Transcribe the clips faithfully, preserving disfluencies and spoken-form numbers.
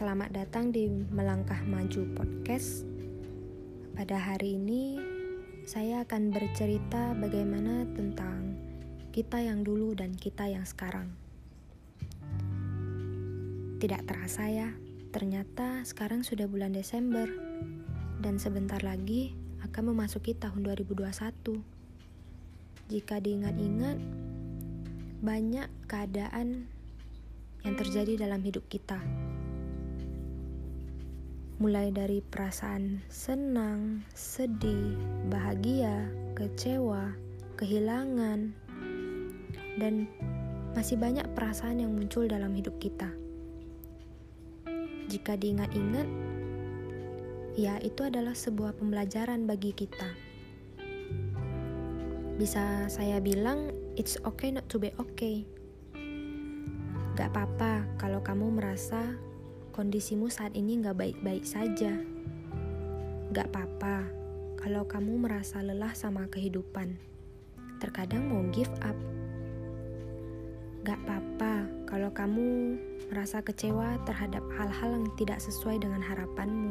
Selamat datang di Melangkah Maju Podcast. Pada hari ini, saya akan bercerita bagaimana tentang kita yang dulu dan kita yang sekarang. Tidak terasa ya, ternyata sekarang sudah bulan Desember dan sebentar lagi akan memasuki tahun dua ribu dua puluh satu. Jika diingat-ingat, banyak keadaan yang terjadi dalam hidup kita. Mulai dari perasaan senang, sedih, bahagia, kecewa, kehilangan, dan masih banyak perasaan yang muncul dalam hidup kita. Jika diingat-ingat, ya itu adalah sebuah pembelajaran bagi kita. Bisa saya bilang, it's okay not to be okay. Gak apa-apa kalau kamu merasa kondisimu saat ini gak baik-baik saja. Gak apa-apa kalau kamu merasa lelah sama kehidupan. Terkadang mau give up. Gak apa-apa kalau kamu merasa kecewa terhadap hal-hal yang tidak sesuai dengan harapanmu.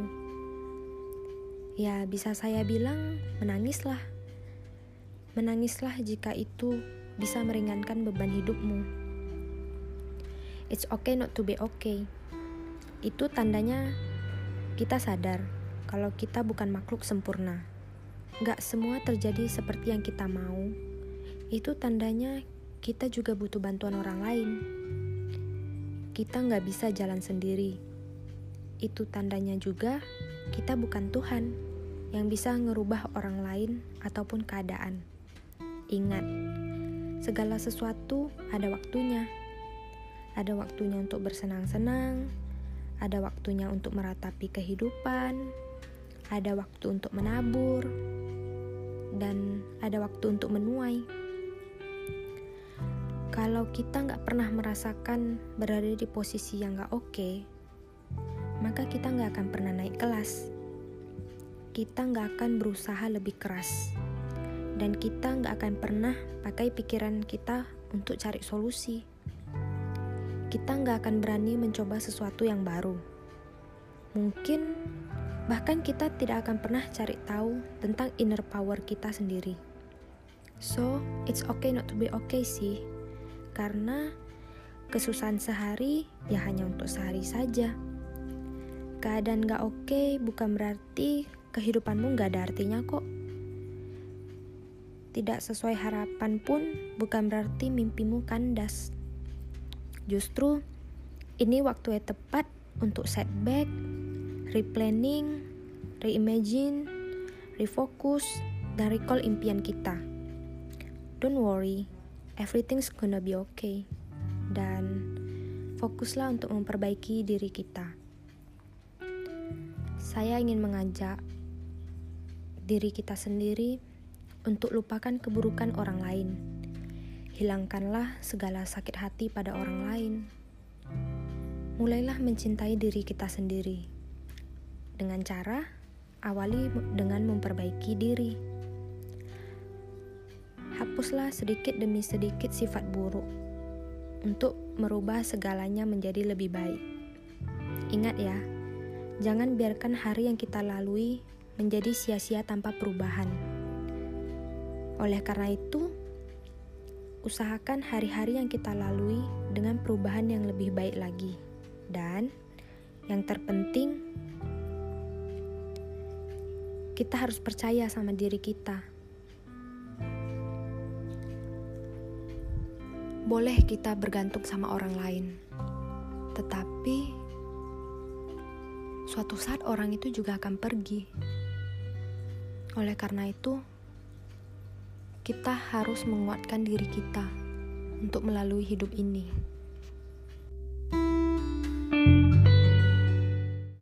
Ya bisa saya bilang menangislah. Menangislah jika itu bisa meringankan beban hidupmu. It's okay not to be okay. Itu tandanya kita sadar kalau kita bukan makhluk sempurna. Gak semua terjadi seperti yang kita mau. Itu tandanya kita juga butuh bantuan orang lain. Kita gak bisa jalan sendiri. Itu tandanya juga kita bukan Tuhan yang bisa ngerubah orang lain ataupun keadaan. Ingat, segala sesuatu ada waktunya. Ada waktunya untuk bersenang-senang, ada waktunya untuk meratapi kehidupan, ada waktu untuk menabur, dan ada waktu untuk menuai. Kalau kita gak pernah merasakan berada di posisi yang gak oke, maka kita gak akan pernah naik kelas. Kita gak akan berusaha lebih keras. Dan kita gak akan pernah pakai pikiran kita untuk cari solusi. Kita gak akan berani mencoba sesuatu yang baru. Mungkin bahkan kita tidak akan pernah cari tahu tentang inner power kita sendiri. So, it's okay not to be okay sih. Karena kesusahan sehari ya hanya untuk sehari saja. Keadaan gak oke bukan berarti kehidupanmu gak ada artinya kok. Tidak sesuai harapan pun bukan berarti mimpimu kandas. Justru ini waktu yang tepat untuk setback, replanning, reimagine, refocus, dan recall impian kita. Don't worry, everything's gonna be okay. Dan fokuslah untuk memperbaiki diri kita. Saya ingin mengajak diri kita sendiri untuk lupakan keburukan orang lain. Hilangkanlah segala sakit hati pada orang lain. Mulailah mencintai diri kita sendiri. Dengan cara, awali dengan memperbaiki diri. Hapuslah sedikit demi sedikit sifat buruk untuk merubah segalanya menjadi lebih baik. Ingat ya, jangan biarkan hari yang kita lalui menjadi sia-sia tanpa perubahan. Oleh karena itu, usahakan hari-hari yang kita lalui dengan perubahan yang lebih baik lagi. Dan yang terpenting, kita harus percaya sama diri kita. Boleh kita bergantung sama orang lain, tetapi suatu saat orang itu juga akan pergi. Oleh karena itu, kita harus menguatkan diri kita untuk melalui hidup ini.